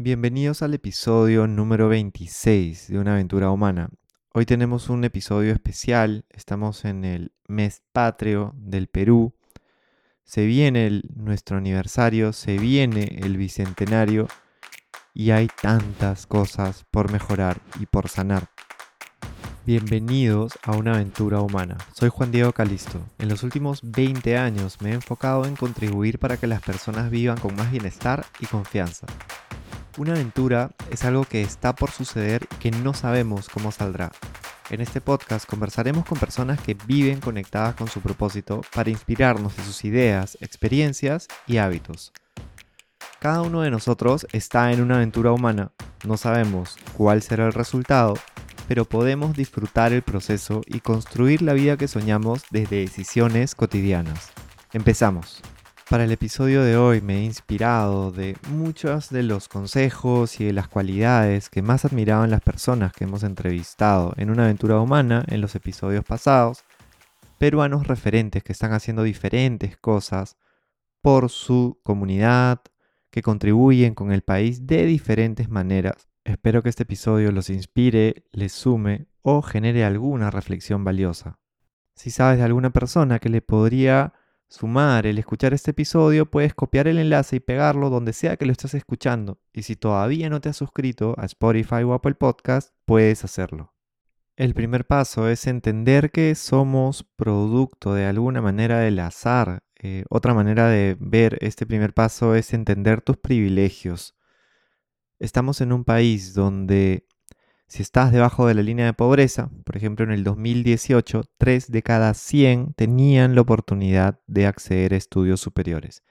Bienvenidos al episodio número 26 de Una aventura humana. Hoy tenemos un episodio especial, estamos en el mes patrio del Perú, se viene nuestro aniversario, se viene el bicentenario y hay tantas cosas por mejorar y por sanar. Bienvenidos a Una aventura humana. Soy Juan Diego Calisto. En los últimos 20 años me he enfocado en contribuir para que las personas vivan con más bienestar y confianza. Una aventura es algo que está por suceder y que no sabemos cómo saldrá. En este podcast conversaremos con personas que viven conectadas con su propósito para inspirarnos de sus ideas, experiencias y hábitos. Cada uno de nosotros está en una aventura humana. No sabemos cuál será el resultado, pero podemos disfrutar el proceso y construir la vida que soñamos desde decisiones cotidianas. Empezamos. Para el episodio de hoy me he inspirado de muchos de los consejos y de las cualidades que más admiraban las personas que hemos entrevistado en Una aventura humana en los episodios pasados, peruanos referentes que están haciendo diferentes cosas por su comunidad, que contribuyen con el país de diferentes maneras. Espero que este episodio los inspire, les sume o genere alguna reflexión valiosa. Si sabes de alguna persona que le podría sumar el escuchar este episodio, puedes copiar el enlace y pegarlo donde sea que lo estés escuchando. Y si todavía no te has suscrito a Spotify o Apple Podcast, puedes hacerlo. El primer paso es entender que somos producto de alguna manera del azar. Otra manera de ver este primer paso es entender tus privilegios. Estamos en un país donde si estás debajo de la línea de pobreza, por ejemplo en el 2018, 3 de cada 100 tenían la oportunidad de acceder a estudios superiores.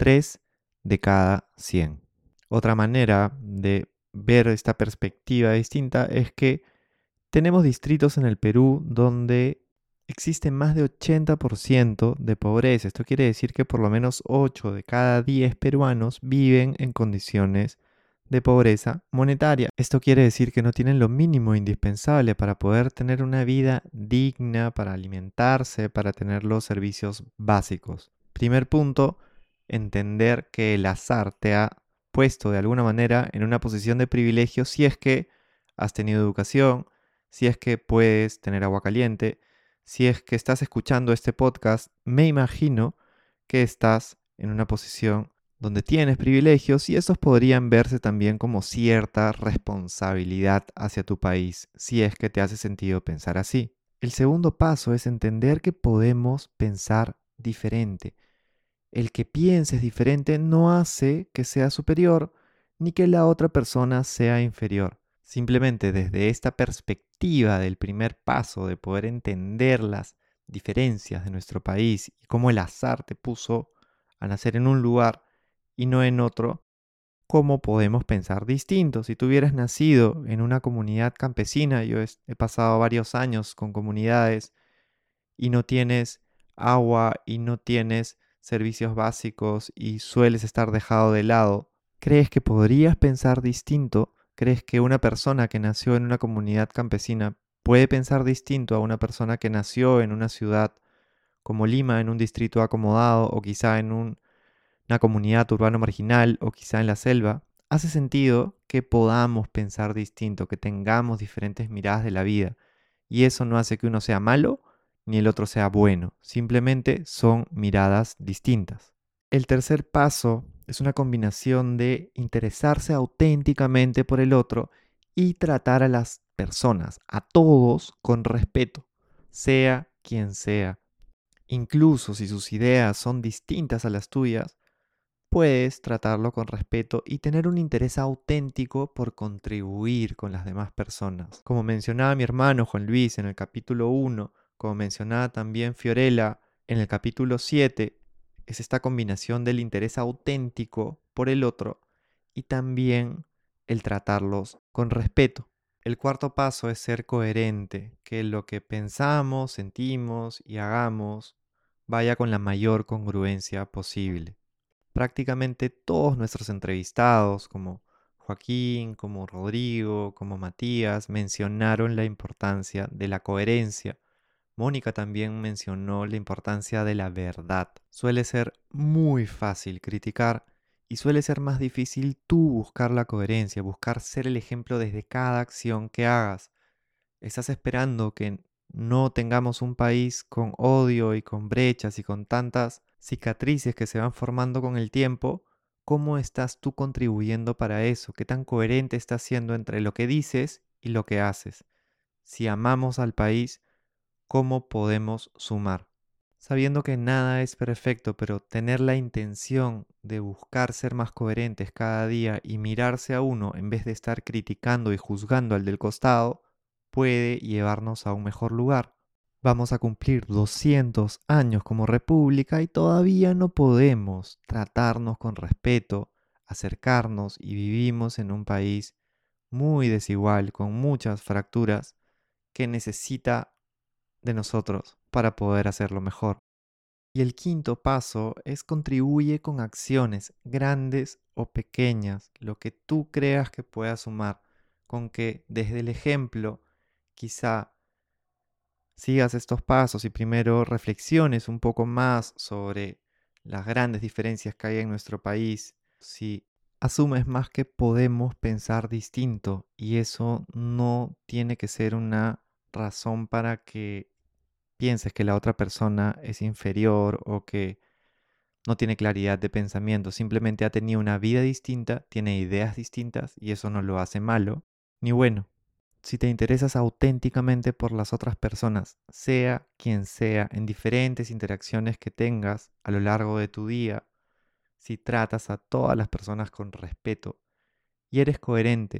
3 de cada 100. Otra manera de ver esta perspectiva distinta es que tenemos distritos en el Perú donde existe más de 80% de pobreza. Esto quiere decir que por lo menos 8 de cada 10 peruanos viven en condiciones de pobreza monetaria. Esto quiere decir que no tienen lo mínimo indispensable para poder tener una vida digna, para alimentarse, para tener los servicios básicos. Primer punto, entender que el azar te ha puesto de alguna manera en una posición de privilegio si es que has tenido educación, si es que puedes tener agua caliente, si es que estás escuchando este podcast, me imagino que estás en una posición donde tienes privilegios y esos podrían verse también como cierta responsabilidad hacia tu país, si es que te hace sentido pensar así. El segundo paso es entender que podemos pensar diferente. El que pienses diferente no hace que sea superior ni que la otra persona sea inferior. Simplemente desde esta perspectiva del primer paso de poder entender las diferencias de nuestro país y cómo el azar te puso a nacer en un lugar y no en otro, cómo podemos pensar distinto. Si tú hubieras nacido en una comunidad campesina, yo he pasado varios años con comunidades y no tienes agua y no tienes servicios básicos y sueles estar dejado de lado, ¿crees que podrías pensar distinto? ¿Crees que una persona que nació en una comunidad campesina puede pensar distinto a una persona que nació en una ciudad como Lima, en un distrito acomodado o quizá en una comunidad urbana marginal o quizá en la selva? Hace sentido que podamos pensar distinto, que tengamos diferentes miradas de la vida. Y eso no hace que uno sea malo ni el otro sea bueno. Simplemente son miradas distintas. El tercer paso es una combinación de interesarse auténticamente por el otro y tratar a las personas, a todos, con respeto, sea quien sea. Incluso si sus ideas son distintas a las tuyas, puedes tratarlo con respeto y tener un interés auténtico por contribuir con las demás personas. Como mencionaba mi hermano Juan Luis en el capítulo 1, como mencionaba también Fiorella en el capítulo 7, es esta combinación del interés auténtico por el otro y también el tratarlos con respeto. El cuarto paso es ser coherente, que lo que pensamos, sentimos y hagamos vaya con la mayor congruencia posible. Prácticamente todos nuestros entrevistados, como Joaquín, como Rodrigo, como Matías, mencionaron la importancia de la coherencia. Mónica también mencionó la importancia de la verdad. Suele ser muy fácil criticar Y suele ser más difícil tú buscar la coherencia, buscar ser el ejemplo desde cada acción que hagas. Estás esperando que no tengamos un país con odio y con brechas y con tantas cicatrices que se van formando con el tiempo. ¿Cómo estás tú contribuyendo para eso? ¿Qué tan coherente estás siendo entre lo que dices y lo que haces? Si amamos al país, ¿cómo podemos sumar? Sabiendo que nada es perfecto, pero tener la intención de buscar ser más coherentes cada día y mirarse a uno en vez de estar criticando y juzgando al del costado, puede llevarnos a un mejor lugar. Vamos a cumplir 200 años como república y todavía no podemos tratarnos con respeto, acercarnos y vivimos en un país muy desigual, con muchas fracturas, que necesita de nosotros para poder hacerlo mejor. Y el quinto paso es contribuye con acciones grandes o pequeñas, lo que tú creas que pueda sumar, con que desde el ejemplo quizá sigas estos pasos y primero reflexiones un poco más sobre las grandes diferencias que hay en nuestro país, si asumes más que podemos pensar distinto y eso no tiene que ser una razón para que pienses que la otra persona es inferior o que no tiene claridad de pensamiento, simplemente ha tenido una vida distinta, tiene ideas distintas y eso no lo hace malo ni bueno. Si te interesas auténticamente por las otras personas, sea quien sea, en diferentes interacciones que tengas a lo largo de tu día, si tratas a todas las personas con respeto y eres coherente,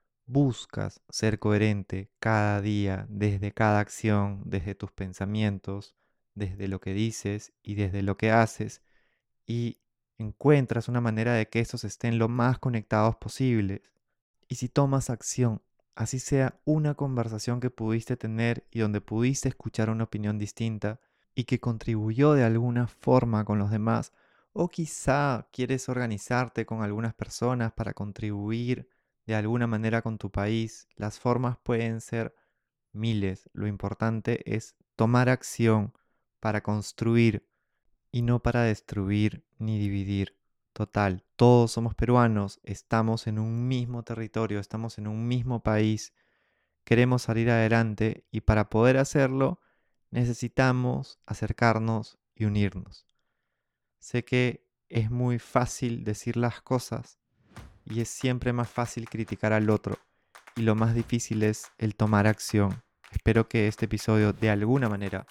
buscas ser coherente cada día, desde cada acción, desde tus pensamientos, desde lo que dices y desde lo que haces, y encuentras una manera de que estos estén lo más conectados posibles. Y si tomas acción, así sea una conversación que pudiste tener y donde pudiste escuchar una opinión distinta y que contribuyó de alguna forma con los demás, o quizá quieres organizarte con algunas personas para contribuir de alguna manera con tu país, las formas pueden ser miles. Lo importante es tomar acción para construir y no para destruir ni dividir. Total, todos somos peruanos, estamos en un mismo territorio, estamos en un mismo país, queremos salir adelante y para poder hacerlo necesitamos acercarnos y unirnos. Sé que es muy fácil decir las cosas y es siempre más fácil criticar al otro y lo más difícil es el tomar acción. Espero que este episodio de alguna manera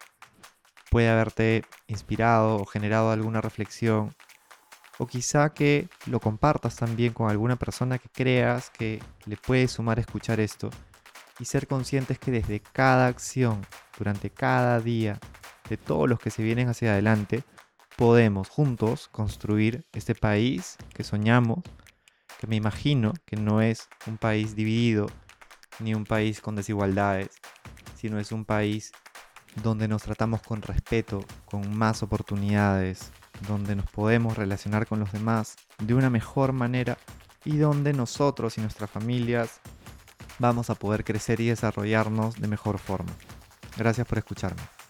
puede haberte inspirado o generado alguna reflexión, o quizá que lo compartas también con alguna persona que creas que le puede sumar escuchar esto, y ser conscientes que desde cada acción, durante cada día, de todos los que se vienen hacia adelante, podemos juntos construir este país que soñamos, que me imagino que no es un país dividido, ni un país con desigualdades, sino es un país donde nos tratamos con respeto, con más oportunidades, donde nos podemos relacionar con los demás de una mejor manera y donde nosotros y nuestras familias vamos a poder crecer y desarrollarnos de mejor forma. Gracias por escucharme.